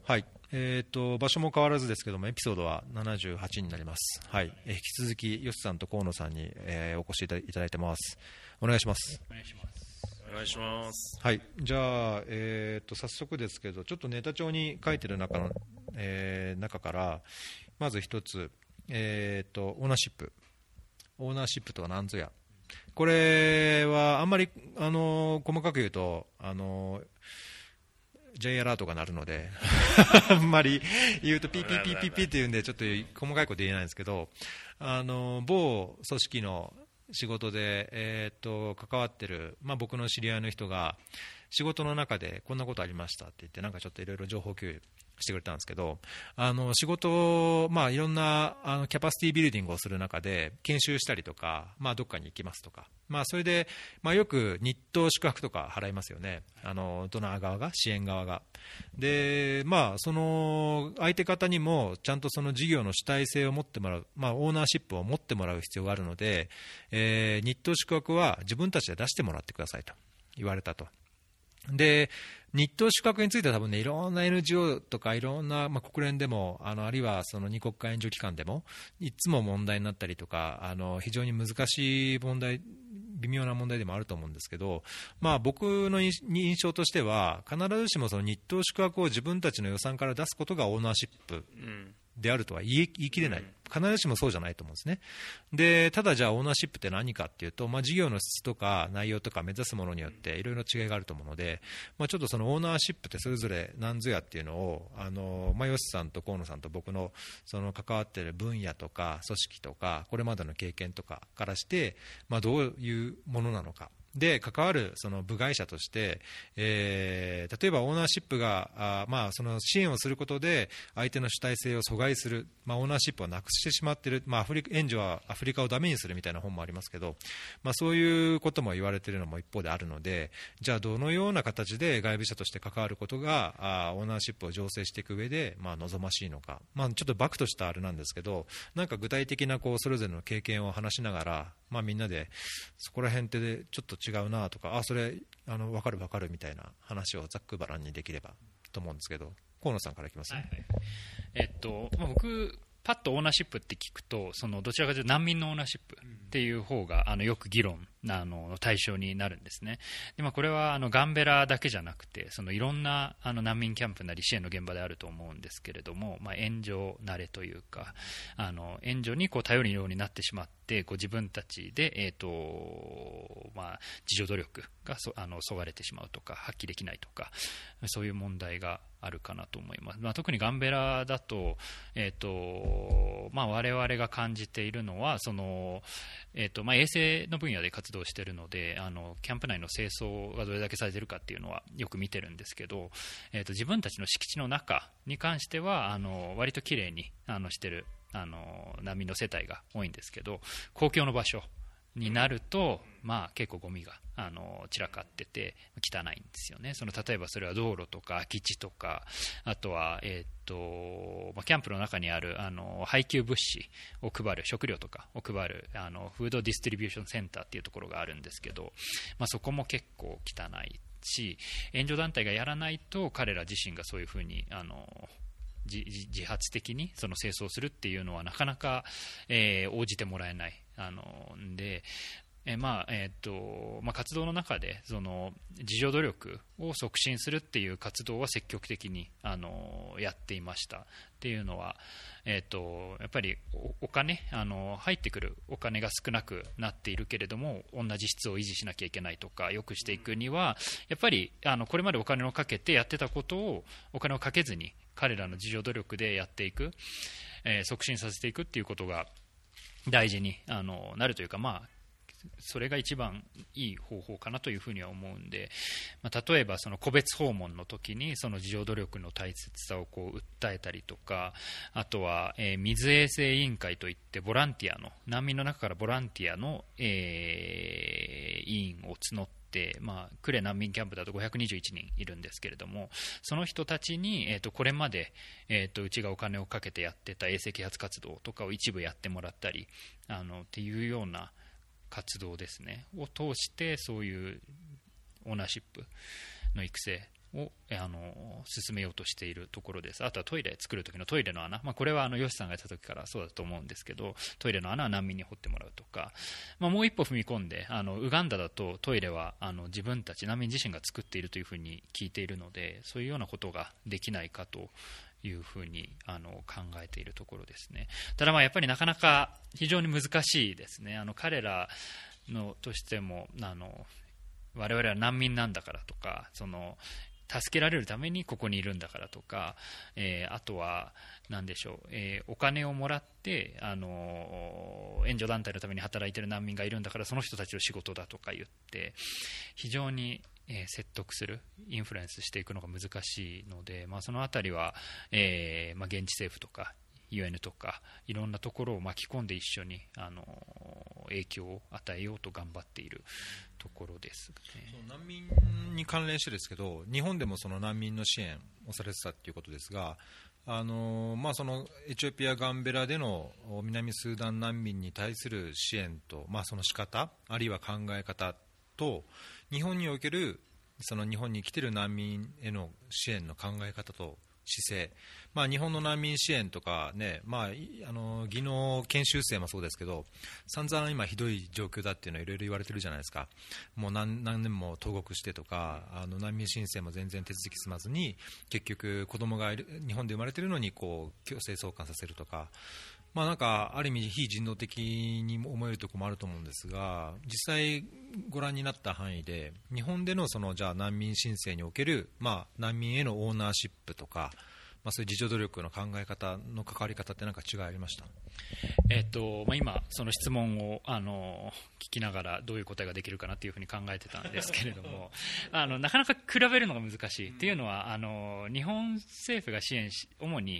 はい、場所も変わらずですけども、エピソードは78になります。はい、引き続き吉さんと河野さんに、お越しいただいてます。お願いします。 お願いします。 お願いします。 はい、じゃあ、早速ですけど、ちょっとネタ帳に書いてる中から、まず一つ、オーナーシップとは何ぞや。これはあんまり、細かく言うと、J アラートが鳴るのであんまり言うとピーピーピーピーピーって言うんでちょっと細かいこと言えないんですけど、某組織の仕事で、関わってる、僕の知り合いの人が仕事の中でこんなことありましたって言って、なんかちょっといろいろ情報共有してくれたんですけど、仕事、いろんなキャパシティビルディングをする中で研修したりとか、どっかに行きますとか、それで、よく日当宿泊とか払いますよね、ドナー側が、支援側が。で、その相手方にもちゃんとその事業の主体性を持ってもらう、オーナーシップを持ってもらう必要があるので、日当宿泊は自分たちで出してもらってくださいと言われたと。で、日当宿泊については多分ね、いろんな NGO とかいろんな、国連でもあるいはその二国間援助機関でもいつも問題になったりとか、非常に難しい問題、微妙な問題でもあると思うんですけど、僕の印象としては必ずしもその日当宿泊を自分たちの予算から出すことがオーナーシップであるとは言い切れない、必ずしもそうじゃないと思うんですね。で、ただじゃあオーナーシップって何かっていうと、事業の質とか内容とか目指すものによっていろいろ違いがあると思うので、ちょっとそのオーナーシップってそれぞれ何ぞやっていうのを吉さんと河野さんと僕のその関わっている分野とか組織とかこれまでの経験とかからして、どういうものなのかで関わるその部外者として、例えばオーナーシップがその支援をすることで相手の主体性を阻害する、オーナーシップをなくしてしまっている、援助はアフリカをダメにするみたいな本もありますけど、そういうことも言われているのも一方であるので、じゃあどのような形で外部者として関わることがオーナーシップを醸成していく上で望ましいのか、ちょっとバクとしたあれなんですけど、なんか具体的なそれぞれの経験を話しながら、みんなでそこら辺ってちょっと違うなとか、それ分かる分かるみたいな話をざっくばらんにできればと思うんですけど、河野さんからいきますね。 僕パッとオーナーシップって聞くと、そのどちらかというと難民のオーナーシップっていう方がよく議論対象になるんですね。で、これはガンベラだけじゃなくて、そのいろんな難民キャンプなり支援の現場であると思うんですけれども、援助慣れというか援助に頼るようになってしまって自分たちで、自助努力がそがれてしまうとか発揮できないとか、そういう問題があるかなと思います。特にガンベラだと、我々が感じているのはその、衛生の分野で活動しているのでキャンプ内の清掃がどれだけされているかっていうのはよく見てるんですけど、自分たちの敷地の中に関しては割ときれいにしてる難民の世帯が多いんですけど、公共の場所になると、結構ゴミが散らかってて汚いんですよね。例えばそれは道路とか空き地とか、あとは、キャンプの中にある配給物資を配る、食料とかを配るフードディストリビューションセンターっていうところがあるんですけど、そこも結構汚いし、援助団体がやらないと彼ら自身がそういうふうに自発的にその清掃するっていうのはなかなか、応じてもらえないで、活動の中でその自助努力を促進するっていう活動は積極的にやっていました。っていうのは、やっぱりお金入ってくるお金が少なくなっているけれども同じ質を維持しなきゃいけないとか良くしていくにはやっぱりこれまでお金をかけてやってたことをお金をかけずに彼らの自助努力でやっていく、促進させていくっていうことが大事になるというか、それが一番いい方法かなというふうには思うんで、例えばその個別訪問の時にその自助努力の大切さを訴えたりとか、あとは、水衛生委員会といってボランティアの難民の中からボランティアの、委員を募って呉難民キャンプだと521人いるんですけれども、その人たちに、これまで、うちがお金をかけてやってた衛生啓発活動とかを一部やってもらったりっていうような活動ですねを通して、そういうオーナーシップの育成を進めようとしているところです。あとはトイレ作る時のトイレの穴、これはヨシさんがやった時からそうだと思うんですけど、トイレの穴は難民に掘ってもらうとか、もう一歩踏み込んでウガンダだとトイレは自分たち難民自身が作っているというふうに聞いているので、そういうようなことができないかというふうに考えているところですね。ただやっぱりなかなか非常に難しいですね。彼らのとしても我々は難民なんだからとか、助けられるためにここにいるんだからとか、あとは何でしょう、お金をもらって援助団体のために働いている難民がいるんだからその人たちの仕事だとか言って非常に説得する、インフルエンスしていくのが難しいので、そのあたりは、現地政府とか UN とかいろんなところを巻き込んで一緒に影響を与えようと頑張っているところです、 難民に関連してですけど、日本でもその難民の支援をされてたということですが、そのエチオピア・ガンベラでの南スーダン難民に対する支援と、その仕方あるいは考え方と、日本におけるその日本に来ている難民への支援の考え方と姿勢、日本の難民支援とか、技能研修生もそうですけど、散々今ひどい状況だっていうのはいろいろ言われてるじゃないですか。もう何年も投獄してとか、難民申請も全然手続き済まずに結局子供が日本で生まれているのに強制送還させるとか、なんかある意味非人道的に思えるところもあると思うんですが、実際ご覧になった範囲で日本でのじゃあ難民申請における、難民へのオーナーシップとか、そういう自助努力の考え方の関わり方って何か違いありました？ 今その質問を聞きながらどういう答えができるかなというふうに考えてたんですけれどもなかなか比べるのが難しいっていうのは日本政府が主に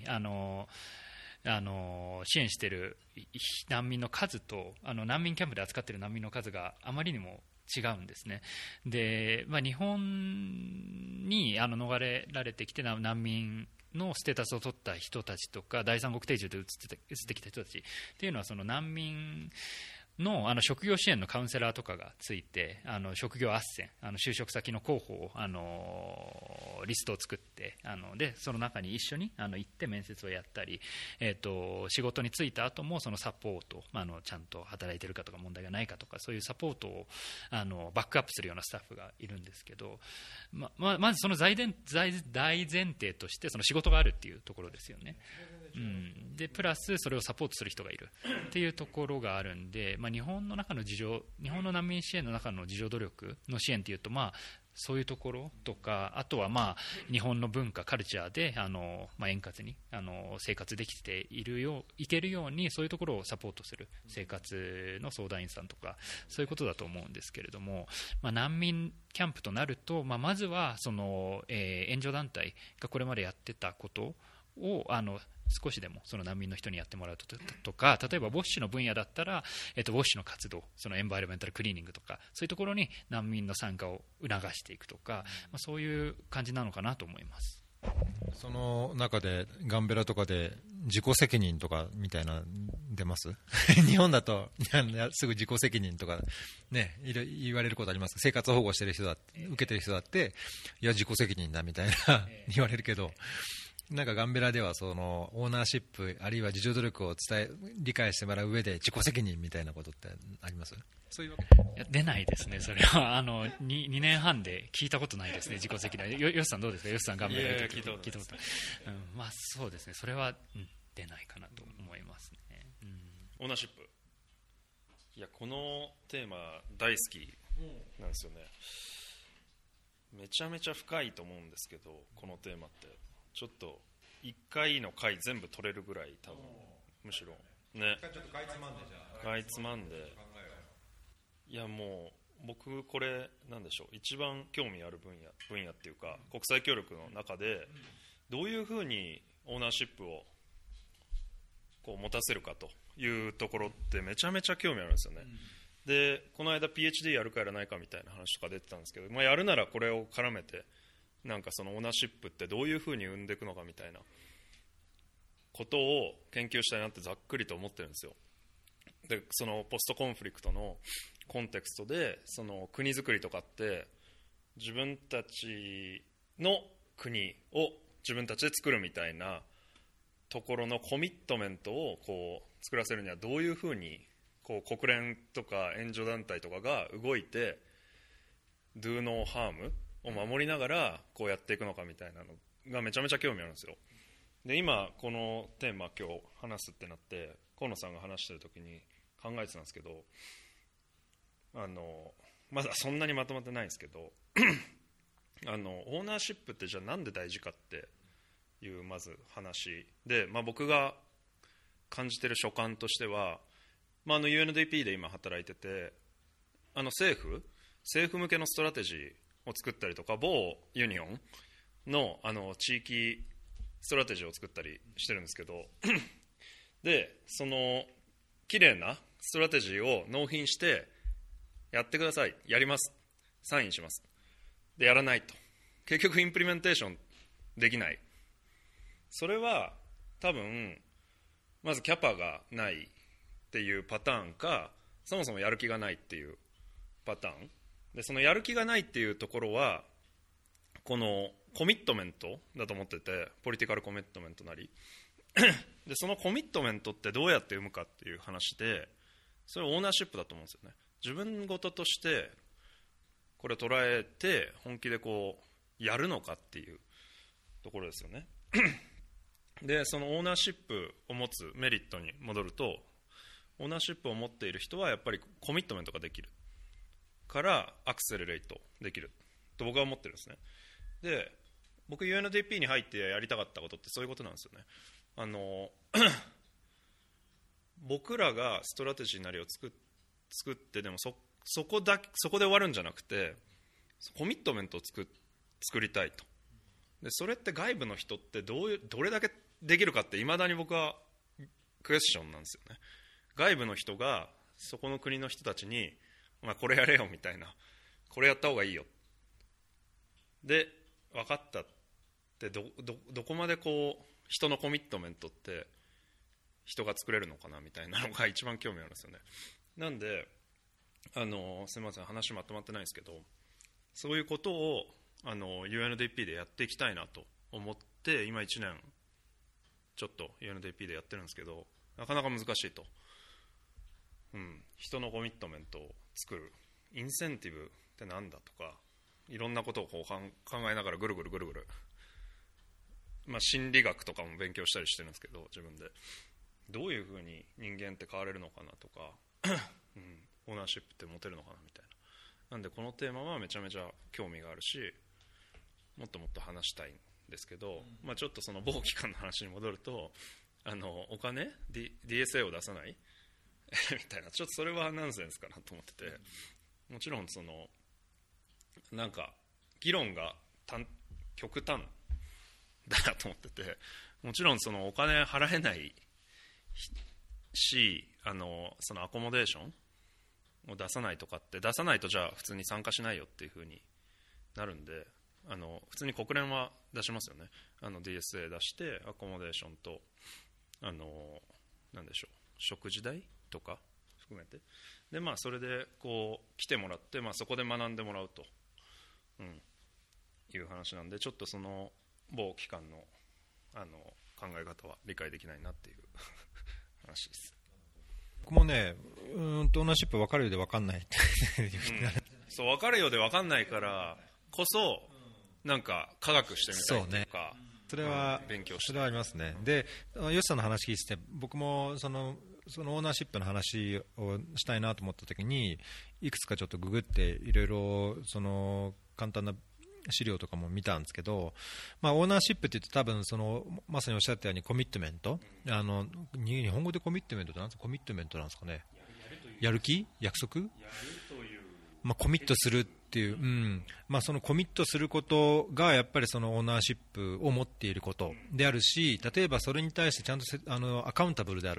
支援している難民の数と難民キャンプで扱っている難民の数があまりにも違うんですね。で、日本に逃れられてきて難民のステータスを取った人たちとか第三国定住で移ってきた人たちっていうのはその難民の職業支援のカウンセラーとかがついて職業斡旋就職先の候補をリストを作ってでその中に一緒に行って面接をやったり、仕事に就いた後もそのサポートちゃんと働いているかとか問題がないかとかそういうサポートをバックアップするようなスタッフがいるんですけど、まずその大前提としてその仕事があるっていうところですよね。でプラスそれをサポートする人がいるっていうところがあるんで、日本の難民支援の中の自助努力の支援というと、そういうところとか、あとは日本の文化カルチャーで円滑に生活できていけるようにそういうところをサポートする生活の相談員さんとかそういうことだと思うんですけれども、難民キャンプとなると、まずはその、援助団体がこれまでやってたことを少しでもその難民の人にやってもらうとか、例えばウォッシュの分野だったら、ウォッシュの活動、そのエンバイロメンタルクリーニングとかそういうところに難民の参加を促していくとか、そういう感じなのかなと思います。 その中でガンベラとかで自己責任とかみたいな出ます日本だとすぐ自己責任とか、言われることあります。生活保護してる人受けてる人だっていや自己責任だみたいな言われるけど、なんかガンベラではそのオーナーシップあるいは自助努力を理解してもらう上で自己責任みたいなことってあります？そういうわけ出ないですね。それは2年半で聞いたことないですね、自己責任。よしさんどうですか？よしさんガンベラで聞いたことない。そうですね、それは、出ないかなと思いますね。 オーナーシップ、いやこのテーマ大好きなんですよね。めちゃめちゃ深いと思うんですけど、このテーマってちょっと1回の回全部取れるぐらい多分むしろね、 ちょっとかいつまんでかいつまんで、いやもう僕これなんでしょう、一番興味ある分野っていうか国際協力の中でどういうふうにオーナーシップをこう持たせるかというところってめちゃめちゃ興味あるんですよね。でこの間 PhD やるかやらないかみたいな話とか出てたんですけど、やるならこれを絡めてなんかそのオーナーシップってどういうふうに生んでいくのかみたいなことを研究したいなってざっくりと思ってるんですよ。でそのポストコンフリクトのコンテクストでその国づくりとかって自分たちの国を自分たちで作るみたいなところのコミットメントをこう作らせるにはどういうふうにこう国連とか援助団体とかが動いて Do No Harm を守りながらこうやっていくのかみたいなのがめちゃめちゃ興味あるんですよ。で今このテーマ今日話すってなって河野さんが話してる時に考えてたんですけど、まだそんなにまとまってないんですけどオーナーシップってじゃあなんで大事かっていうまず話で、僕が感じてる所感としては、UNDP で今働いてて政府向けのストラテジーを作ったりとか某ユニオンの、地域ストラテジーを作ったりしてるんですけどでその綺麗なストラテジーを納品してやってください、やります、サインしますでやらないと結局インプリメンテーションできない。それは多分まずキャパがないっていうパターンか、そもそもやる気がないっていうパターンで、そのやる気がないっていうところはこのコミットメントだと思ってて、ポリティカルコミットメントなりでそのコミットメントってどうやって生むかっていう話で、それオーナーシップだと思うんですよね。自分事としてこれ捉えて本気でこうやるのかっていうところですよねでそのオーナーシップを持つメリットに戻ると、オーナーシップを持っている人はやっぱりコミットメントができるからアクセレレートできると僕は思ってるんですね。で僕 UNDP に入ってやりたかったことってそういうことなんですよね。僕らがストラテジーなりを作ってでもそこで終わるんじゃなくてコミットメントを作りたいと。でそれって外部の人ってどれだけできるかっていまだに僕はクエスチョンなんですよね。外部の人がそこの国の人たちにお前これやれよみたいな、これやった方がいいよで分かったってどこまでこう人のコミットメントって人が作れるのかなみたいなのが一番興味あるんですよね。なんですみません話まとまってないんですけど、そういうことをUNDP でやっていきたいなと思って今1年ちょっと UNDP でやってるんですけど、なかなか難しいと、人のコミットメントを作るインセンティブってなんだとかいろんなことをこう考えながらぐるぐる、心理学とかも勉強したりしてるんですけど、自分でどういうふうに人間って変われるのかなとか、オーナーシップって持てるのかなみたいな。なんでこのテーマはめちゃめちゃ興味があるし、もっともっと話したいんですけど、ちょっとその某機関の話に戻ると、お金、DSA を出さないみたいな、ちょっとそれはナンセンスかなと思ってて、もちろんそのなんか議論が極端だなと思ってて、もちろんそのお金払えないし、そのアコモデーションを出さないとかって、出さないとじゃあ普通に参加しないよっていう風になるんで、普通に国連は出しますよね。DSA 出してアコモデーションとなんでしょう、食事代とか含めてで、それでこう来てもらって、そこで学んでもらうと、いう話なんで、ちょっとその某機関の考え方は理解できないなっていう話です。 僕もね、オーナーシップ分かるようで分かんないってそう分かるようで分かんないからこそなんか科学してみたいというか、 それは勉強して、それはありますね。で、吉さんの話聞いて僕もそのオーナーシップの話をしたいなと思った時にいくつかちょっとググっていろいろその簡単な資料とかも見たんですけど、オーナーシップって言って多分まさにおっしゃったようにコミットメント、日本語でコミットメントって何ですか？コミットメントなんですかね。やる気、約束、コミットするっていう、そのコミットすることがやっぱりそのオーナーシップを持っていることであるし、例えばそれに対してちゃんとアカウンタブルである、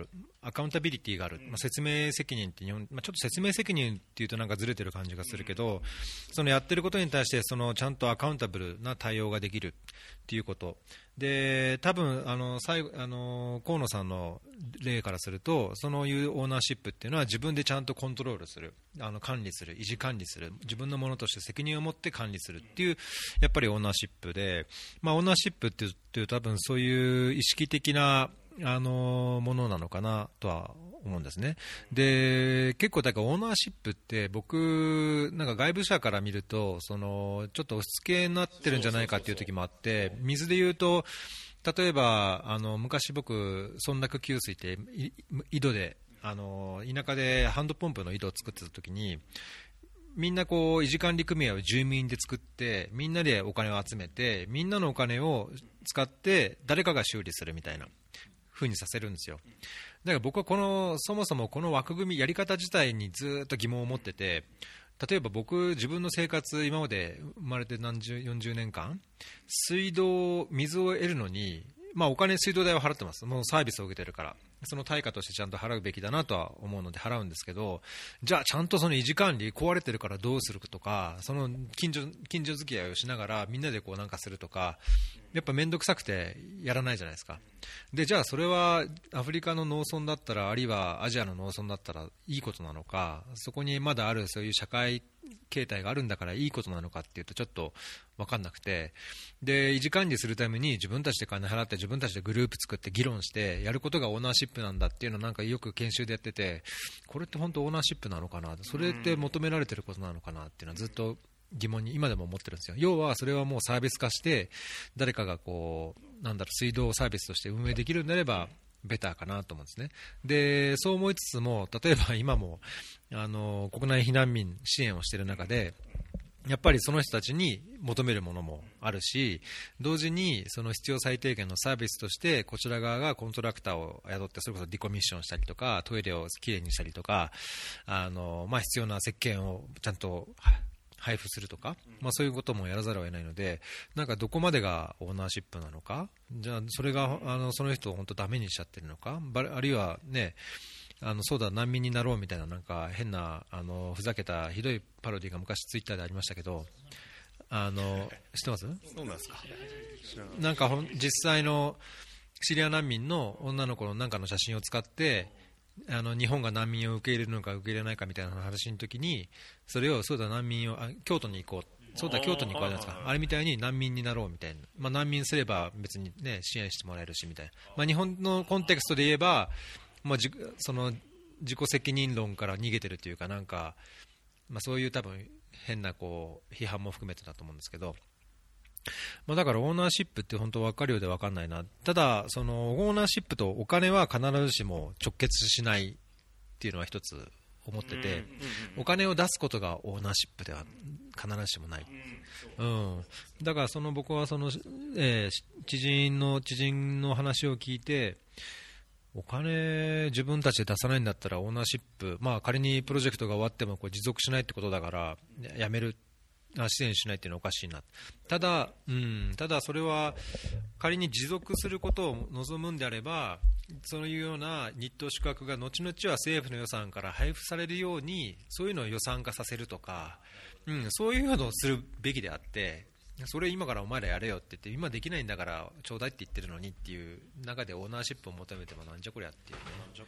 アカウンタビリティがある、説明責任って日本、ちょっと説明責任っていうとなんかずれてる感じがするけど、そのやってることに対してちゃんとアカウンタブルな対応ができるっていうことで、多分最後河野さんの例からすると、そのいうオーナーシップっていうのは自分でちゃんとコントロールする、管理する、維持管理する、自分のものとして責任を持って管理するっていうやっぱりオーナーシップで、オーナーシップっていうと多分そういう意識的なものなのかなとは思うんですね。で、結構だからオーナーシップって僕なんか外部者から見るとちょっと押し付けになってるんじゃないかっていう時もあって、水で言うと例えば昔僕村落給水って井戸で田舎でハンドポンプの井戸を作ってた時に、みんなこう維持管理組合を住民で作ってみんなでお金を集めてみんなのお金を使って誰かが修理するみたいな風にさせるんですよ。だから僕はそもそもこの枠組みやり方自体にずっと疑問を持ってて、例えば自分の生活今まで生まれて40年間水を得るのに、お金水道代を払ってます。もうサービスを受けてるから、その対価としてちゃんと払うべきだなとは思うので払うんですけど、じゃあちゃんとその維持管理壊れてるからどうするとか、その近所付き合いをしながらみんなでなんかするとか、やっぱ面倒くさくてやらないじゃないですか。でじゃあそれはアフリカの農村だったら、あるいはアジアの農村だったらいいことなのか、そこにまだあるそういう社会形態があるんだからいいことなのかっていうとちょっと分かんなくて、で維持管理するために自分たちで金払って自分たちでグループ作って議論してやることがオーナーシップなんだっていうのをなんかよく研修でやってて、これって本当オーナーシップなのかな、それって求められてることなのかなっていうのはずっと疑問に今でも思ってるんですよ。要はそれはもうサービス化して誰かが水道サービスとして運営できるんであればベターかなと思うんですね。でそう思いつつも、例えば今も国内避難民支援をしている中でやっぱりその人たちに求めるものもあるし、同時にその必要最低限のサービスとしてこちら側がコントラクターを雇って、それこそディコミッションしたりとかトイレをきれいにしたりとか必要な石鹸をちゃんと配布するとか、そういうこともやらざるを得ないので、なんかどこまでがオーナーシップなのか、じゃあそれがその人を本当ダメにしちゃってるのか、あるいはね、そうだ難民になろうみたいな、なんか変なふざけたひどいパロディが昔ツイッターでありましたけど、知ってます？ そうなんですか。 なんか実際のシリア難民の女の子のなんかの写真を使って日本が難民を受け入れるのか受け入れないかみたいな話の時に、それをそうだ難民を京都に行こう、そうだ京都に行こうじゃないですか、あれみたいに難民になろうみたいな、難民すれば別に、ね、支援してもらえるしみたいな、日本のコンテクストで言えば、その自己責任論から逃げてるというか、なんか、そういう多分変な批判も含めてだと思うんですけど、だからオーナーシップって本当分かるようで分かんないな。ただそのオーナーシップとお金は必ずしも直結しないっていうのは一つ思ってて、お金を出すことがオーナーシップでは必ずしもない、だから僕は知人の話を聞いて、お金自分たちで出さないんだったらオーナーシップ、仮にプロジェクトが終わっても持続しないってことだからやめる、支援しないっていうのはおかしいな。ただそれは仮に持続することを望むんであれば、そういうような日当宿泊が後々は政府の予算から配布されるように、そういうのを予算化させるとか、そういうのをするべきであって、それ今からお前らやれよって言って、今できないんだからちょうだいって言ってるのにっていう中でオーナーシップを求めてもなんじゃこりゃっていうね。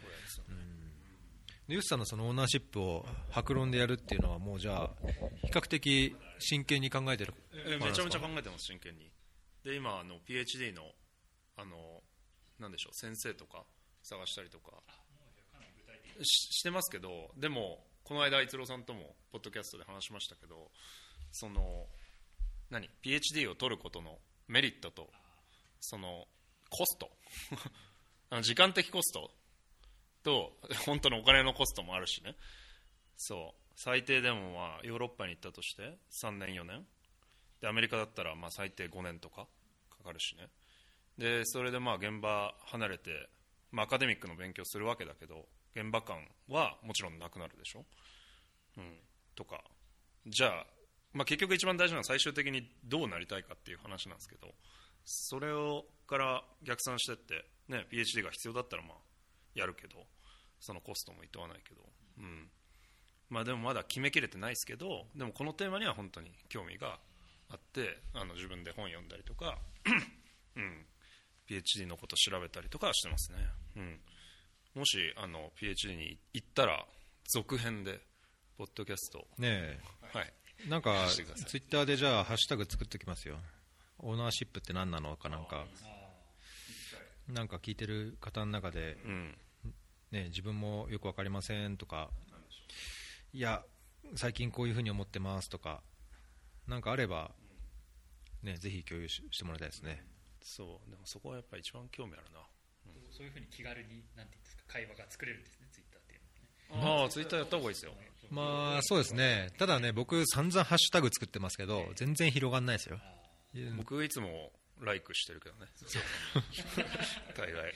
ユースさんのそのオーナーシップを白論でやるっていうのはもうじゃあ比較的真剣に考えてる？ めちゃめちゃ考えてます、真剣に。で今PhD のなんでしょう、先生とか探したりとかしてますけど、でもこの間逸郎さんともポッドキャストで話しましたけど、PhD を取ることのメリットとそのコスト時間的コストと本当のお金のコストもあるしね。最低でもヨーロッパに行ったとして3年4年で、アメリカだったら最低5年とかかかるしね。でそれで現場離れて、アカデミックの勉強するわけだけど、現場感はもちろんなくなるでしょ、とか。じゃあ、結局一番大事なのは最終的にどうなりたいかっていう話なんですけど、それをから逆算してって、PhD が必要だったらやるけど、 そのコストも厭わないけど、まあ、でもまだ決めきれてないですけど、でもこのテーマには本当に興味があって、自分で本読んだりとか、PhD のこと調べたりとかしてますね。もしPhD に行ったら続編でポッドキャストねはい、 なんかツイッターでじゃあハッシュタグ作っておきますよ。オーナーシップって何なのかなんか聞いてる方の中で、自分もよく分かりませんとか、いや最近こういうふうに思ってますとか、なんかあれば、ぜひ共有してもらいたいですね。 そうでもそこはやっぱり一番興味あるな。 そういうふうに気軽になんていうんですか、会話が作れるんですね、ツイッターっていうのはね。 ツイッターやった方がいいですよ。 まあそうですね。ただね、僕散々ハッシュタグ作ってますけど、全然広がんないですよ。 僕いつもライクしてるけどね。大概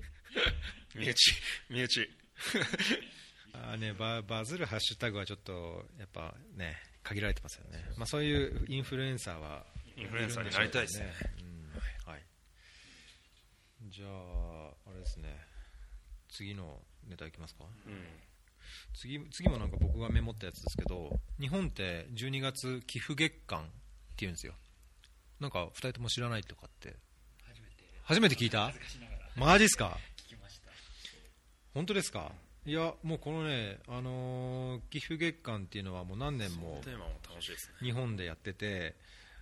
身内バズるハッシュタグはちょっとやっぱね限られてますよね。まあそういうインフルエンサーはインフルエンサーになりたいですね。 はい。じゃああれですね。次のネタいきますか。次もなんか僕がメモったやつですけど、日本って12月寄付月間っていうんですよ。なんか2人とも知らないとかって初めて聞いた？マジっすか？ 聞きました。 本当ですか？いやもうこのね、寄付月間っていうのはもう何年もテーマも楽しいですね。 日本でやってて、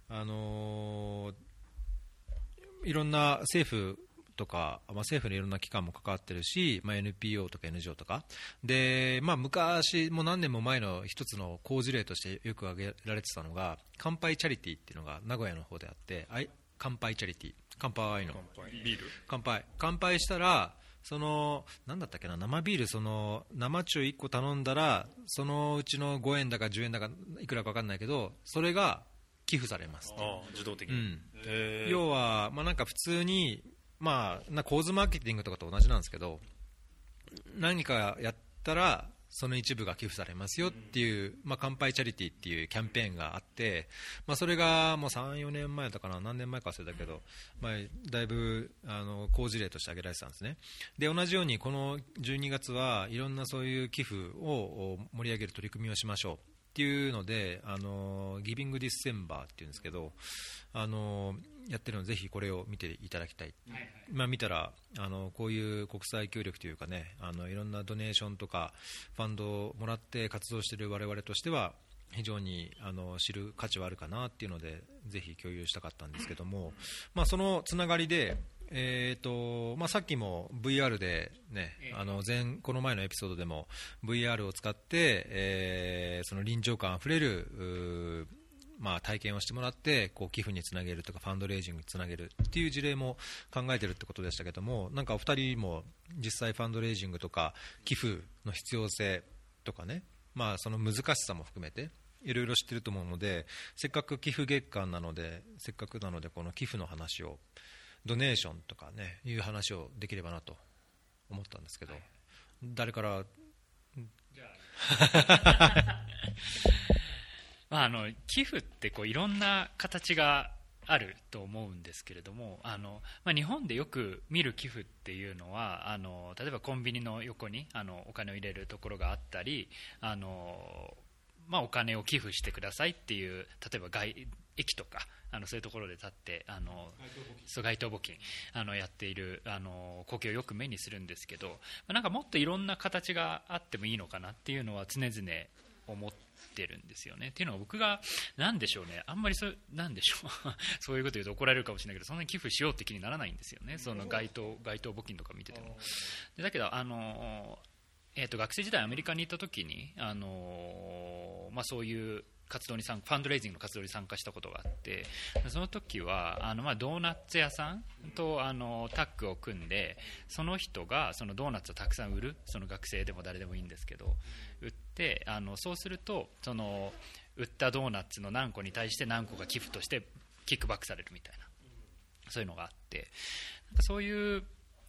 いろんな政府とか、政府のいろんな機関も関わってるし、NPO とか NGO とかで、昔もう何年も前の一つの好事例としてよく挙げられてたのが乾杯チャリティーっていうのが名古屋の方であって、乾杯チャリティー、乾杯のビール乾杯したら、なんだったっけな、生ビール、生中1個頼んだらそのうちの5円だか10円だかいくらか分かんないけど、それが寄付されます。 自動的に、 要は、なんか普通に、構図マーケティングとかと同じなんですけど、何かやったらその一部が寄付されますよっていう、乾杯チャリティーっていうキャンペーンがあって、それがもう3、4年前だかな、何年前か忘れたけど、だいぶ好事例として挙げられてたんですね。で同じようにこの12月はいろんなそういう寄付を盛り上げる取り組みをしましょうっていうので、ギビングディセンバーっていうんですけど、やってるのでぜひこれを見ていただきたい。見たらこういう国際協力というかね、いろんなドネーションとかファンドをもらって活動している我々としては非常に知る価値はあるかなっていうのでぜひ共有したかったんですけども、そのつながりでさっきも VR で、ね、この前のエピソードでも VR を使って、その臨場感あふれる体験をしてもらって寄付につなげるとかファンドレイジングにつなげるっていう事例も考えているってことでしたけども、なんかお二人も実際ファンドレイジングとか寄付の必要性とかね、その難しさも含めていろいろ知ってると思うので、せっかく寄付月間なので、せっかくなのでこの寄付の話を、ドネーションとかねいう話をできればなと思ったんですけど、誰からじゃあ寄付っていろんな形があると思うんですけれども、日本でよく見る寄付っていうのは例えばコンビニの横にお金を入れるところがあったり、お金を寄付してくださいっていう、例えば駅とかそういうところで立って街頭募金やっている光景をよく目にするんですけど、なんかもっといろんな形があってもいいのかなっていうのは常々思ってるんですよね。っていうのは僕がなんでしょうね、あんまりなんでしょうそういうこと言うと怒られるかもしれないけど、そんなに寄付しようって気にならないんですよね、その街頭募金とか見てても。だけど学生時代アメリカに行った時にそういう活動にファンドレイジングの活動に参加したことがあって、その時はドーナツ屋さんとタッグを組んで、その人がそのドーナツをたくさん売る、その学生でも誰でもいいんですけど売って、そうするとその売ったドーナツの何個に対して何個が寄付としてキックバックされるみたいな、そういうのがあって、そういう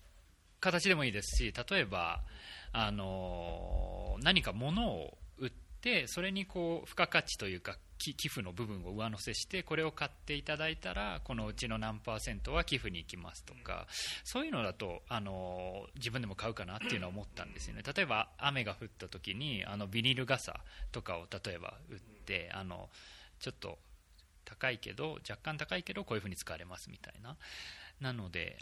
形でもいいですし、例えば何か物を売っでそれにこう付加価値というか寄付の部分を上乗せして、これを買っていただいたらこのうちの何%は寄付に行きますとか、そういうのだと自分でも買うかなっていうのは思ったんですよね。例えば雨が降った時にビニール傘とかを例えば売って、ちょっと高いけど、若干高いけどこういう風に使われますみたいな。なので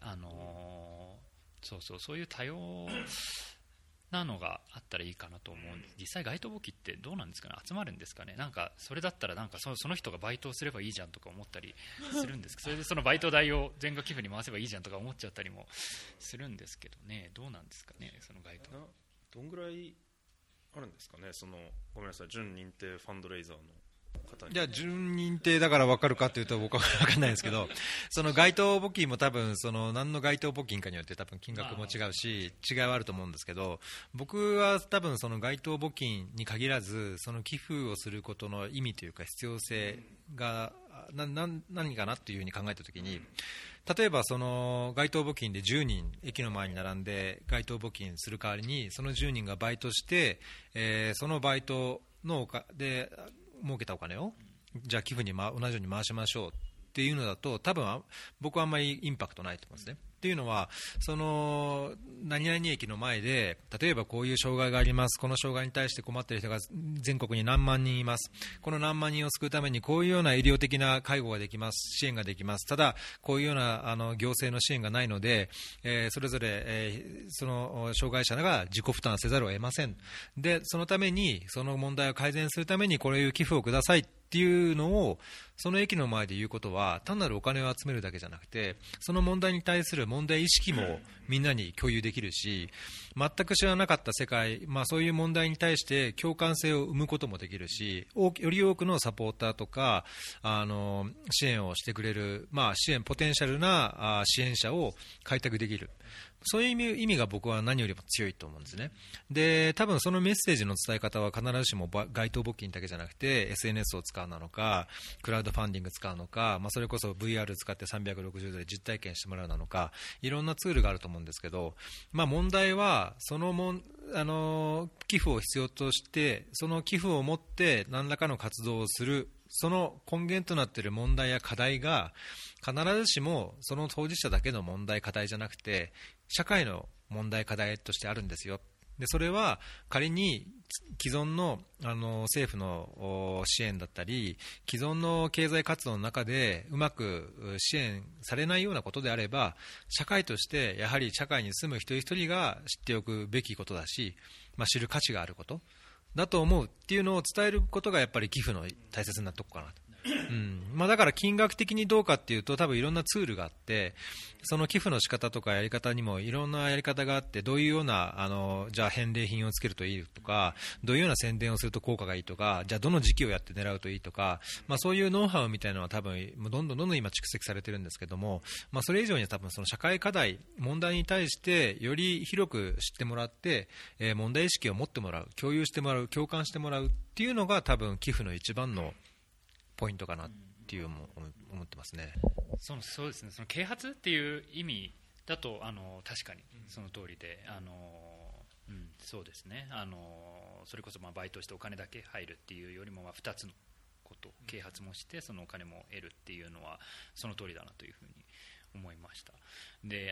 そういう多様なのがあったらいいかなと思うんです。実際街頭募金ってどうなんですかね、集まるんですかね。なんかそれだったらなんかその人がバイトをすればいいじゃんとか思ったりするんですけど、それでそのバイト代を全額寄付に回せばいいじゃんとか思っちゃったりもするんですけどね。どうなんですかね、その街頭。 どんぐらいあるんですかね、ごめんなさい、準認定ファンドレイザーの方に。 じゃあ準認定だから分かるかというと僕は分かんないですけど、その街頭募金も多分何の街頭募金かによって多分金額も違うし、違いはあると思うんですけど、僕は多分その街頭募金に限らず、その寄付をすることの意味というか必要性が何かなというふうに考えたときに、例えばその街頭募金で10人駅の前に並んで街頭募金する代わりに、その10人がバイトして、そのバイトので儲けたお金をじゃあ寄付に、同じように回しましょうっていうのだと、多分僕はあんまりインパクトないと思いますね。っていうのは、その何々駅の前で例えばこういう障害があります、この障害に対して困っている人が全国に何万人います、この何万人を救うためにこういうような医療的な介護ができます、支援ができます、ただこういうような行政の支援がないので、それぞれ、その障害者が自己負担せざるを得ません。でそのために、その問題を改善するためにこういう寄付をくださいっていうのをその駅の前で言うことは、単なるお金を集めるだけじゃなくて、その問題に対する問題意識もみんなに共有できるし、全く知らなかった世界、そういう問題に対して共感性を生むこともできるし、より多くのサポーターとか支援をしてくれる、ポテンシャルな支援者を開拓できる。そういう意味が僕は何よりも強いと思うんですね。で、多分そのメッセージの伝え方は必ずしも街頭募金だけじゃなくて SNS を使うなのか、クラウドファンディング使うのか、それこそ VR 使って360度で実体験してもらうなのか、いろんなツールがあると思うんですけど、問題はその寄付を必要として、その寄付を持って何らかの活動をする、その根源となっている問題や課題が必ずしもその当事者だけの問題課題じゃなくて、社会の問題課題としてあるんですよ。でそれは仮に既存の政府の支援だったり、既存の経済活動の中でうまく支援されないようなことであれば、社会としてやはり社会に住む一人一人が知っておくべきことだし、知る価値があることだと思うっていうのを伝えることがやっぱり寄付の大切なとこかなと。だから金額的にどうかっていうと、多分いろんなツールがあって、その寄付の仕方とかやり方にもいろんなやり方があって、どういうようなじゃあ返礼品をつけるといいとか、どういうような宣伝をすると効果がいいとか、じゃあどの時期をやって狙うといいとか、そういうノウハウみたいなのは多分どんどん今蓄積されてるんですけども、それ以上に多分その社会課題、問題に対してより広く知ってもらって、問題意識を持ってもらう、共有してもらう、共感してもらうっていうのが多分寄付の一番のポイントかなっていう思ってますね。 そうですね。その啓発っていう意味だと確かにその通りで、そうですね。それこそバイトしてお金だけ入るっていうよりも2つのこと、啓発もしてそのお金も得るっていうのはその通りだなというふうに思いました。で、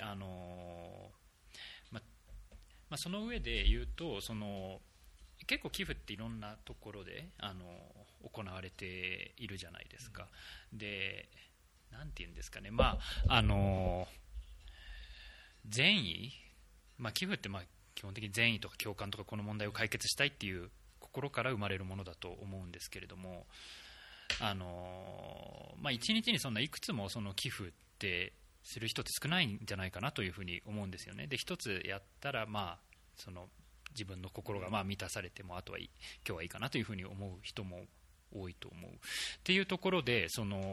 その上で言うと、結構寄付っていろんなところで行われているじゃないですか。で、なんて言うんですかね、善意、寄付って基本的に善意とか共感とかこの問題を解決したいっていう心から生まれるものだと思うんですけれども、一日にそんないくつもその寄付ってする人って少ないんじゃないかなというふうに思うんですよね。で、一つやったら自分の心が満たされても、あとは今日はいいかなというふうに思う人も多いと思うっていうところで、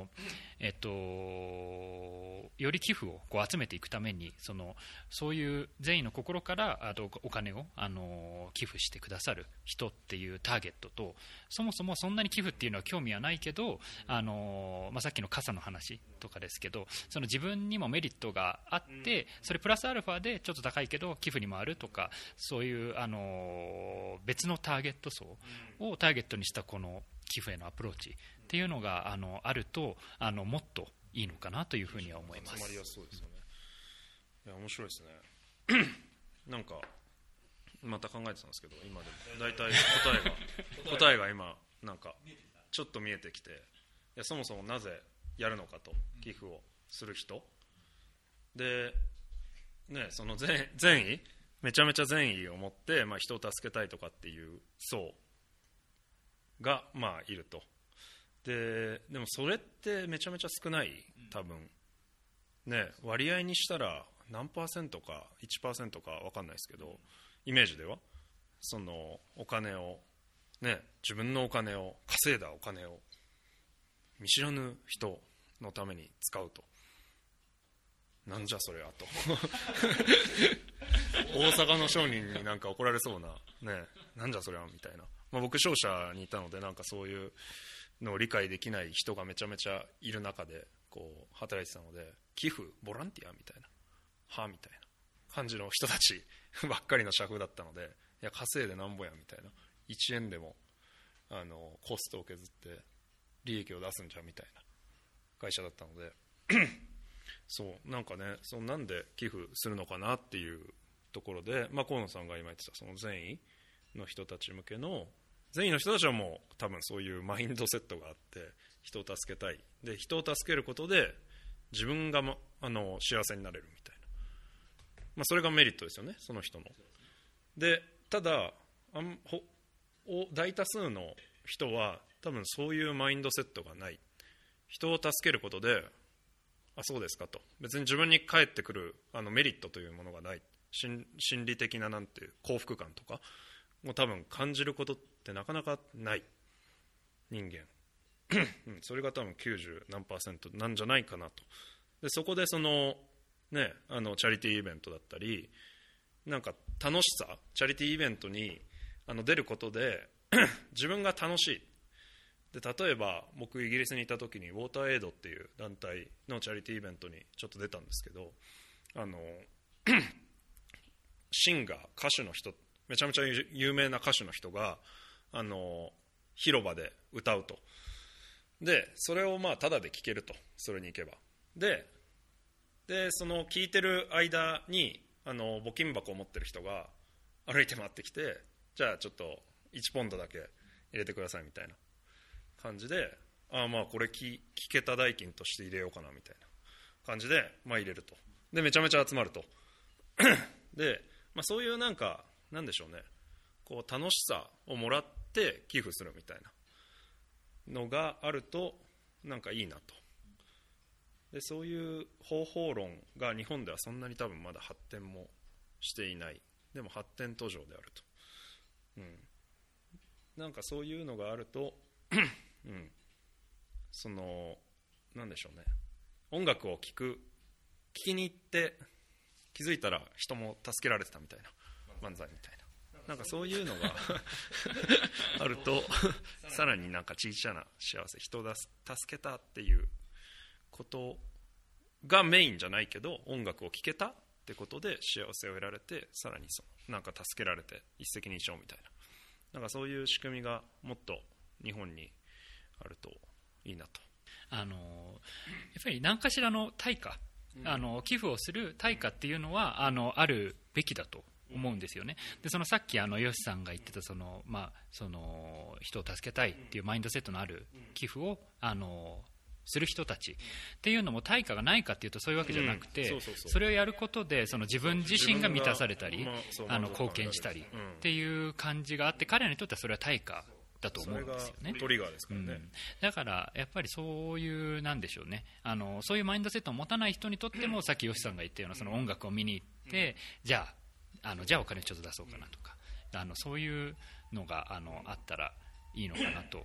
より寄付をこう集めていくためにそういう善意の心からお金を寄付してくださる人っていうターゲットと、そもそもそんなに寄付っていうのは興味はないけど、さっきの傘の話とかですけど、自分にもメリットがあって、それプラスアルファでちょっと高いけど寄付にもあるとか、そういう別のターゲット層をターゲットにしたこの寄付へのアプローチっていうのがあるともっといいのかなというふうには思います。 集まりやすそうですよね。いや面白いですねなんかまた考えてたんですけど、今でも大体答えが今なんかちょっと見えてきて、いやそもそもなぜやるのかと、寄付をする人で、ね、その善意、めちゃめちゃ善意を持って、人を助けたいとかっていう層がいると。でもそれってめちゃめちゃ少ない、多分ね、割合にしたら何パーセントか 1% か分かんないですけど、イメージではそのお金をね、自分のお金を稼いだお金を見知らぬ人のために使うと、なんじゃそれはと大阪の商人になんか怒られそうな、ね、なんじゃそれはみたいな、僕商社にいたので、なんかそういうのを理解できない人がめちゃめちゃいる中でこう働いてたので、寄付ボランティアみたいな、はみたいな感じの人たちばっかりの社風だったので、いや稼いでなんぼやみたいな、1円でもコストを削って利益を出すんじゃみたいな会社だったのでそうなんかね、なんで寄付するのかなっていうところで、河野さんが今言ってたその善意の人たち向けの、善意の人たちはもう多分そういうマインドセットがあって、人を助けたい、で人を助けることで自分が、幸せになれるみたいな、それがメリットですよね、その人の。でただ大多数の人は多分そういうマインドセットがない。人を助けることで、そうですかと、別に自分に返ってくるメリットというものがない、心理的ななんていう幸福感とかも多分感じることってなかなかない人間それが多分90何%なんじゃないかなと。でそこでチャリティーイベントだったり、なんか楽しさ、チャリティーイベントに出ることで自分が楽しい。で例えば僕イギリスにいた時にウォーターエイドっていう団体のチャリティーイベントにちょっと出たんですけど、シンガー、歌手の人、めちゃめちゃ有名な歌手の人が広場で歌うと。でそれをタダで聴けると、それに行けば。でその聴いてる間に募金箱を持ってる人が歩いて回ってきて、じゃあちょっと1ポンドだけ入れてくださいみたいな感じで、これ聞けた代金として入れようかなみたいな感じで入れると。でめちゃめちゃ集まるとで、そういうなんでしょうね、こう楽しさをもらって寄付するみたいなのがあるとなんかいいなと。でそういう方法論が日本ではそんなに多分まだ発展もしていない。でも発展途上であると、なんかそういうのがあるとなんでしょうね、音楽を聴きに行って気づいたら人も助けられてたみたいな、漫才みたいな、なんかそういうのがあるとさらになんか小さな幸せ、人を助けたっていうことがメインじゃないけど、音楽を聴けたってことで幸せを得られて、さらになんか助けられて一石二鳥みたいな、なんかそういう仕組みがもっと日本にあるといいなと。 やっぱり何かしらの対価、寄付をする対価っていうのはあるべきだと思うんですよね。でさっきヨシさんが言ってた人を助けたいっていうマインドセットのある寄付をする人たちっていうのも対価がないかっていうとそういうわけじゃなくて、それをやることで自分自身が満たされたり貢献したりっていう感じがあって、彼らにとってはそれは対価だと思うんですよね。 トリガーですからね。 だからやっぱりそういうなんでしょうね、そういうマインドセットを持たない人にとっても、さっきヨシさんが言ったようなその音楽を見に行って、じゃあお金ちょっと出そうかなとか、そういうのがあったらいいのかなと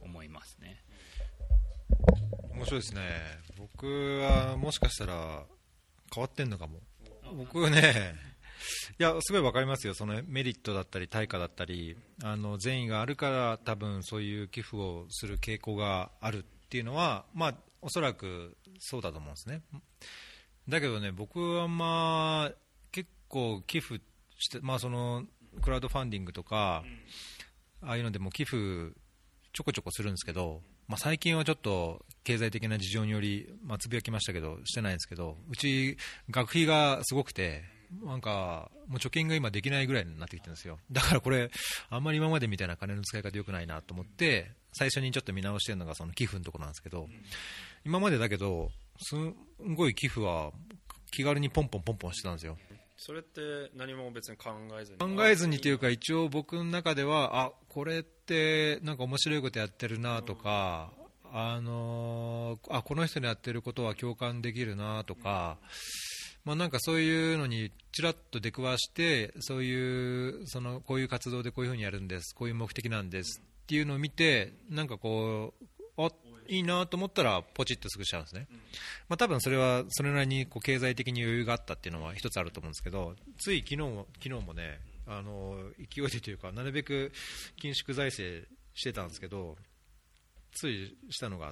思いますね。 面白いですね。僕はもしかしたら変わってんのかも。僕ね、いやすごい分かりますよ。そのメリットだったり対価だったり善意があるから多分そういう寄付をする傾向があるっていうのは、まあ、おそらくそうだと思うんですね。だけどね、僕はまあ結構寄付して、まあ、そのクラウドファンディングとかああいうのでも寄付ちょこちょこするんですけど、まあ、最近はちょっと経済的な事情により、まあ、つぶやきましたけどしてないんですけど、うち学費がすごくてなんかもう貯金が今できないぐらいになってきてるんですよ。だからこれあんまり今までみたいな金の使い方良くないなと思って最初にちょっと見直してるのがその寄付のところなんですけど、今までだけどすごい寄付は気軽にポンポンポンポンしてたんですよ。 それって何も別に考えずにというか、一応僕の中ではあこれってなんか面白いことやってるなとか、この人のやってることは共感できるなとか、まあ、なんかそういうのにちらっと出くわして、そういうこういう活動でこういうふうにやるんです、こういう目的なんですっていうのを見て、なんかこういいなと思ったらポチッとすぐしちゃうんですね。まあ、多分それはそれなりにこう経済的に余裕があったっていうのは一つあると思うんですけど、つい昨日もね勢いでというかなるべく緊縮財政してたんですけど、ついしたのがあって、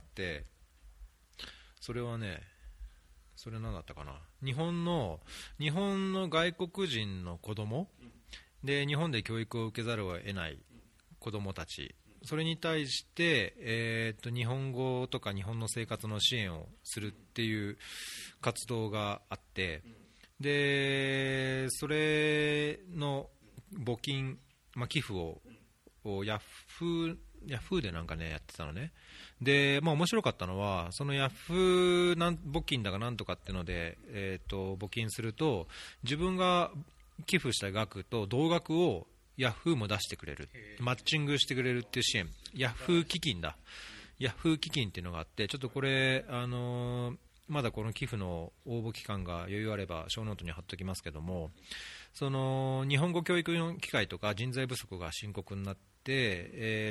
それはね、それ何だったかな、日本の外国人の子供で日本で教育を受けざるを得ない子供たち、それに対して、日本語とか日本の生活の支援をするっていう活動があって、でそれの募金、まあ、寄付をヤフーでなんかねやってたのね。で、まあ、面白かったのはそのヤフー募金だかなんとかっていうので、募金すると自分が寄付した額と同額をヤフーも出してくれる、マッチングしてくれるっていう支援、ヤフー基金っていうのがあって、ちょっとこれ、まだこの寄付の応募期間が余裕あればショーノートに貼っておきますけども、その日本語教育の機会とか人材不足が深刻になって、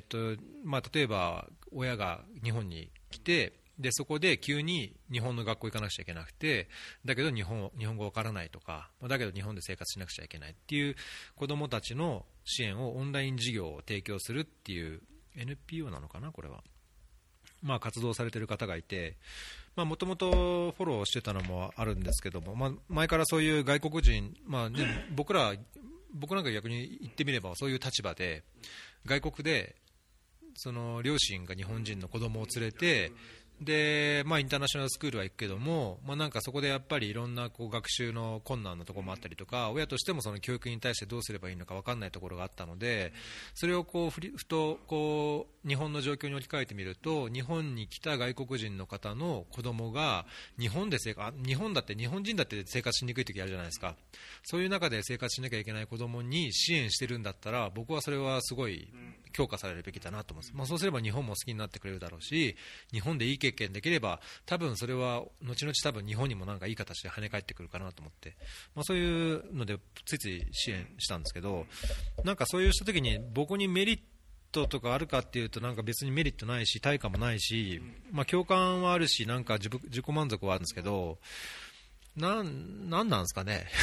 まあ、例えば親が日本に来て、でそこで急に日本の学校行かなくちゃいけなくて、だけど日本語わからないとか、だけど日本で生活しなくちゃいけないっていう子どもたちの支援をオンライン授業を提供するっていう NPO なのかな、これは、まあ、活動されている方がいて、もともとフォローしてたのもあるんですけども、まあ、前からそういう外国人、まあね、僕なんか逆に言ってみればそういう立場で外国でその両親が日本人の子供を連れて、でまあ、インターナショナルスクールは行くけども、まあ、なんかそこでやっぱりいろんなこう学習の困難なところもあったりとか、親としてもその教育に対してどうすればいいのか分かんないところがあったので、それをこうふとこう日本の状況に置き換えてみると、日本に来た外国人の方の子供が日本だって日本人だって生活しにくい時あるじゃないですか。そういう中で生活しなきゃいけない子供に支援してるんだったら、僕はそれはすごい強化されるべきだなと思います。まあ、そうすれば日本も好きになってくれるだろうし、日本でいい経験できれば多分それは後々多分日本にもなんかいい形で跳ね返ってくるかなと思って、まあ、そういうのでついつい支援したんですけど、なんかそういうした時に僕にメリットとかあるかっていうと、なんか別にメリットないし対価もないし、まあ、共感はあるし、なんか自己満足はあるんですけど、なんですかね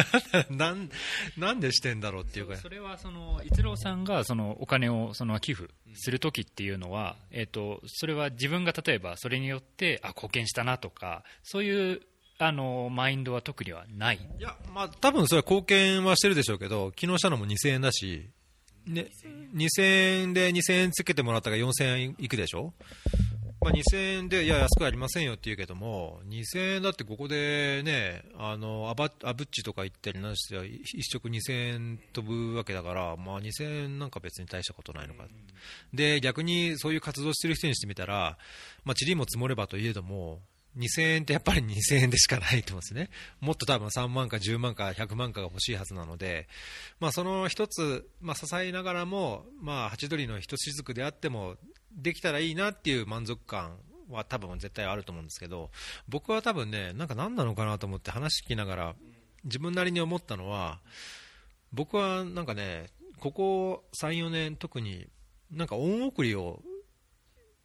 なんでしてんだろうっていうか、 それは逸郎さんがそのお金を寄付するときっていうのは、それは自分が例えばそれによって貢献したなとか、そういうマインドは特にはない。 いや、まあ、多分それは貢献はしてるでしょうけど、昨日したのも2000円だし、ね、2000円で2000円つけてもらったから4000円いくでしょ。まあ、2000円でいや安くありませんよって言うけども、2000円だってここでね、アブッチとか行ったりなんして一食2000円飛ぶわけだから、まあ、2000円なんか別に大したことないのか。で逆にそういう活動してる人にしてみたら、まあ、塵も積もればといえども2000円ってやっぱり2000円でしかないと思うんですね。もっと多分3万か10万か100万かが欲しいはずなので、まあ、その一つ、まあ、支えながらも、まあ、ハチドリの一しずくであってもできたらいいなっていう満足感は多分絶対あると思うんですけど、僕は多分ね、なんか何なのかなと思って話聞きながら自分なりに思ったのは、僕はなんかね、ここ 3,4 年特になんか恩送りを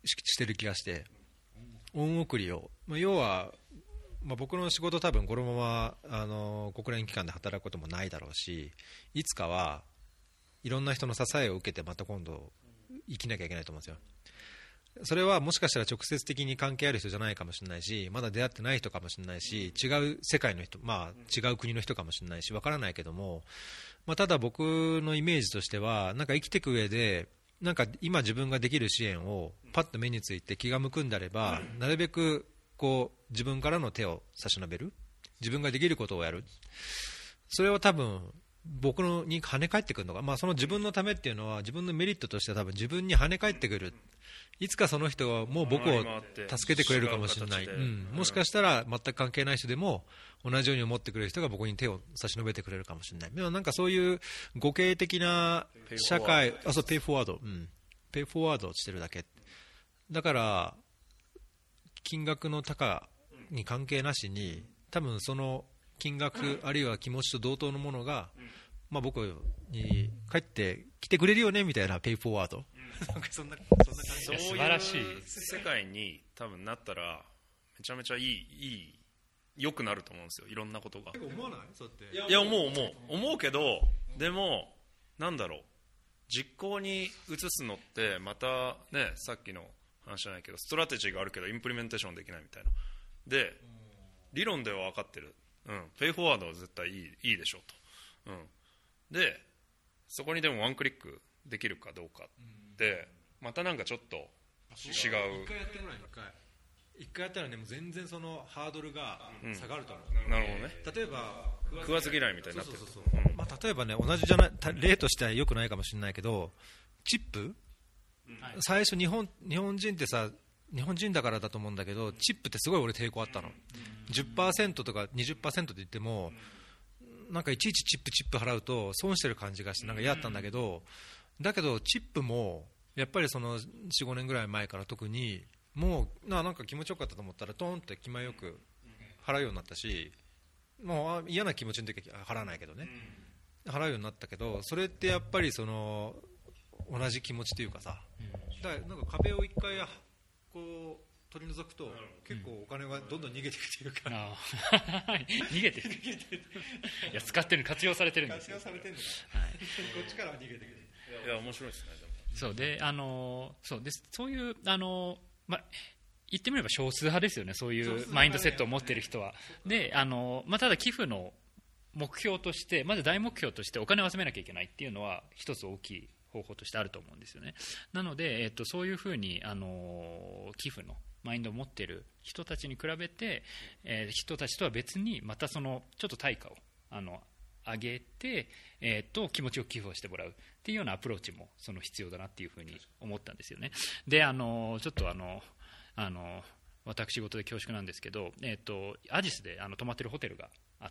してる気がして、恩送りを、要は、僕の仕事多分このまま国連機関で働くこともないだろうし、いつかはいろんな人の支えを受けてまた今度生きなきゃいけないと思うんですよ。それはもしかしたら直接的に関係ある人じゃないかもしれないし、まだ出会ってない人かもしれないし、違う世界の人、違う国の人かもしれないし、わからないけども、ただ僕のイメージとしては、なんか生きていく上で、なんか今自分ができる支援をパッと目について気が向くんであれば、なるべくこう自分からの手を差し伸べる、自分ができることをやる、それは多分僕のに跳ね返ってくるのが、その自分のためっていうのは自分のメリットとしては多分自分に跳ね返ってくる。いつかその人はもう僕を助けてくれるかもしれない、もしかしたら全く関係ない人でも同じように思ってくれる人が僕に手を差し伸べてくれるかもしれない。でもなんかそういう互恵的な社会、そうペイフォワード、ペイフォワードしてるだけだから、金額の高に関係なしに多分その金額あるいは気持ちと同等のものが、僕に帰ってきてくれるよねみたいなペイフォワード、なんかそんな感じ。 そういう世界に多分なったらめちゃめちゃ良くなると思うんですよ、いろんなことが。 思わない？そうやって。 いや思うけど、でもなんだろう、実行に移すのってまたね、さっきの話じゃないけどストラテジーがあるけどインプリメンテーションできないみたいなで、理論では分かってる、ペイフォワードは絶対いいでしょうと、でそこにでもワンクリックできるかどうかってまたなんかちょっと違う。 一回やってもらえ。一回やったらね、もう全然そのハードルが下がると思う。 なるほどね。 例えば食わず嫌いみたいになってる。 例えばね、同じじゃない例としては良くないかもしれないけど、チップ、最初日本人ってさ、日本人だからだと思うんだけど、チップってすごい俺抵抗あったの。10% とか 20% って言っても、なんかいちいちチップ払うと損してる感じがしてなんか嫌だったんだけど、チップもやっぱりその 4,5 年ぐらい前から特にもうなんか気持ちよかったと思ったらトーンって気前よく払うようになったし、もう嫌な気持ちの時は払わないけどね、払うようになったけど、それってやっぱりその同じ気持ちというかさ、だからなんか壁を一回こう取り除くと結構お金がどんどん逃げていくというか、 逃げていくいや使ってる、活用されてるんですよ。 活用されてるんだ、こっちからは逃げてくる。 いや面白いですね。 そうで、そういう言ってみれば少数派ですよね、そういうマインドセットを持っている人は。でただ寄付の目標として、まず大目標としてお金を集めなきゃいけないっていうのは一つ大きい方法としてあると思うんですよね。なので、そういうふうに寄付のマインドを持っている人たちに比べて、人たちとは別にまたそのちょっと対価を上げて、気持ちよく寄付をしてもらうっていうようなアプローチもその必要だなっていうふうに思ったんですよね。でちょっと私事で恐縮なんですけど、アジスで泊まってるホテルがあって、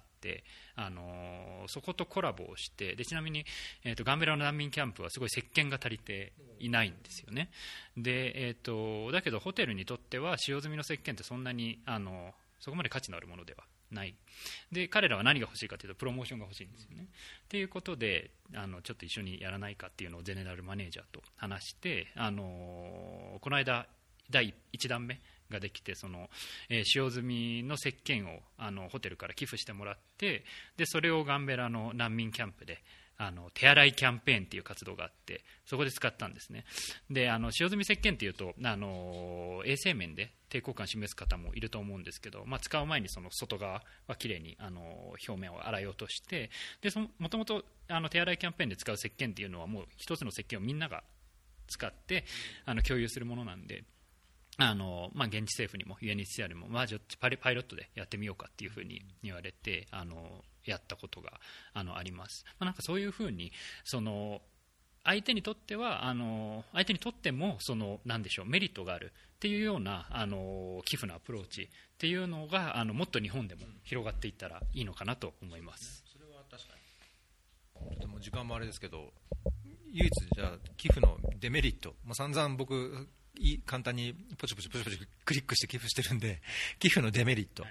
そことコラボをして、でちなみに、ガンベラの難民キャンプはすごい石鹸が足りていないんですよね。で、だけどホテルにとっては使用済みの石鹸ってそんなにそこまで価値のあるものではない。で彼らは何が欲しいかというとプロモーションが欲しいんですよね。っていうことでちょっと一緒にやらないかっていうのをゼネラルマネージャーと話して、この間第1弾目ができて、その、使用済みの石鹸をホテルから寄付してもらって、でそれをガンベラの難民キャンプで手洗いキャンペーンっていう活動があって、そこで使ったんですね。で使用済み石鹸っていうと衛生面で抵抗感を示す方もいると思うんですけど、使う前にその外側はきれいに表面を洗い落として、でもともと手洗いキャンペーンで使う石鹸っていうのはもう一つの石鹸をみんなが使って共有するものなんで、現地政府にも UNHCR にも、ちょっとパイロットでやってみようかっていうふうに言われてやったことがあります。なんかそういうふうにその相手にとっては相手にとってもそのなんでしょう、メリットがあるっていうような寄付のアプローチっていうのがもっと日本でも広がっていったらいいのかなと思います。 それは確かに。でも時間もあれですけど、唯一じゃあ寄付のデメリット、散々僕簡単にポチポチクリックして寄付してるんで、寄付のデメリット、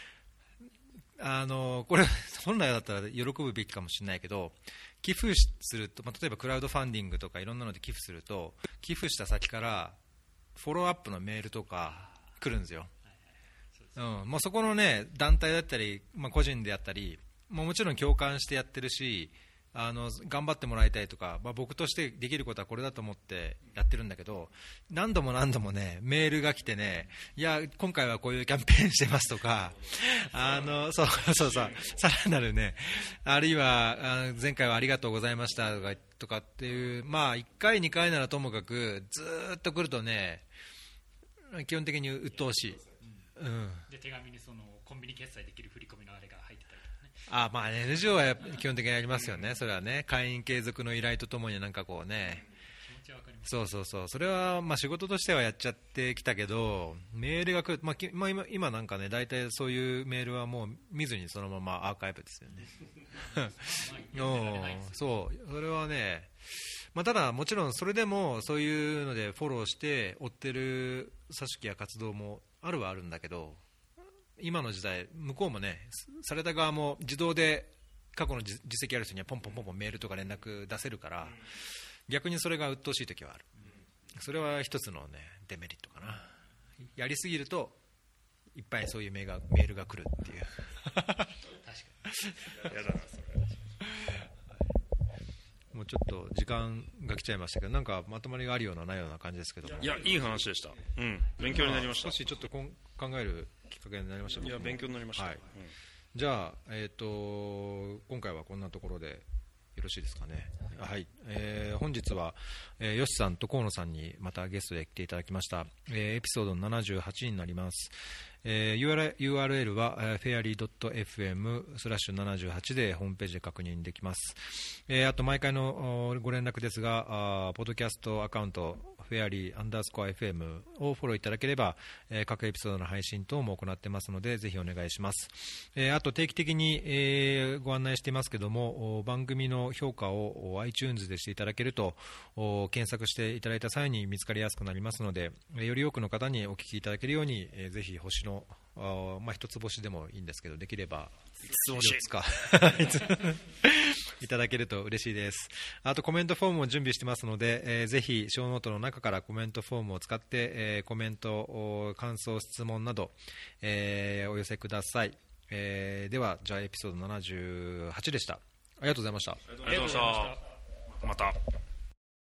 これ本来だったら喜ぶべきかもしれないけど、寄付すると、例えばクラウドファンディングとかいろんなので寄付すると、寄付した先からフォローアップのメールとか来るんですよ。もうそこのね団体だったり、個人であったり、もちろん共感してやってるし、頑張ってもらいたいとか、僕としてできることはこれだと思ってやってるんだけど、何度もねメールが来てね、いや今回はこういうキャンペーンしてますとか、そうさらなるね、あるいは前回はありがとうございましたとかっていう、1回2回ならともかくずーっと来るとね、基本的に鬱陶しい。 で手紙にそのコンビニ決済できる振り込みのあれが入ってたりとかね。 NGO は基本的にありますよね。それはね、会員継続の依頼とともになんかこうね、 気持ちはわかります。 そう、それは仕事としてはやっちゃってきたけど、メールが来る、今なんかね、大体そういうメールはもう見ずにそのままアーカイブですよね。それはね、ただもちろんそれでもそういうのでフォローして追ってる組織や活動もあるはあるんだけど、今の時代向こうもね、された側も自動で過去の実績ある人にはポンポンメールとか連絡出せるから、逆にそれが鬱陶しい時はある。それは一つのねデメリットかな。やりすぎるといっぱいそういうメールが来るっていう。 確かにやだなそれ。 もうちょっと時間が来ちゃいましたけど、なんかまとまりがあるようなないような感じですけども、 いやいい話でした。勉強になりました。 少しちょっと考えるきっかけになりました。 いや勉強になりました。 じゃあ、今回はこんなところでよろしいですかね。はい、本日は、よしさんと河野さんにまたゲストで来ていただきました。エピソード78になります。URL は fairly.fm/78 でホームページで確認できます。あと毎回のご連絡ですが、ポッドキャストアカウントfairly_fm をフォローいただければ、各エピソードの配信等も行ってますのでぜひお願いします。あと定期的に、ご案内していますけども、番組の評価を iTunes でしていただけると検索していただいた際に見つかりやすくなりますので、より多くの方にお聞きいただけるように、ぜひ星の一つ星でもいいんですけど、できれば4つかいただけると嬉しいです。あとコメントフォームを準備してますので、ぜひショーノートの中からコメントフォームを使って、コメント、感想、質問など、お寄せください。ではじゃあエピソード78でした。ありがとうございました。 ありがとうございました。また。